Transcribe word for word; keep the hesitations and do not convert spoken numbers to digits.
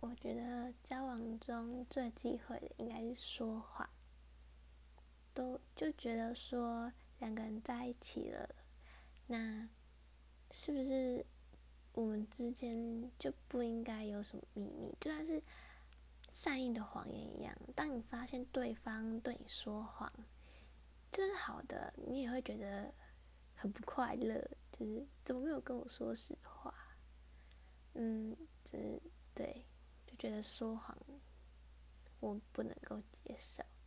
我觉得交往中最忌讳的应该是说谎，都就觉得说两个人在一起了，那是不是我们之间就不应该有什么秘密？就算是善意的谎言一样，当你发现对方对你说谎，这是好的，你也会觉得很不快乐，就是怎么没有跟我说实话？嗯，就是对，就觉得说谎我不能够接受。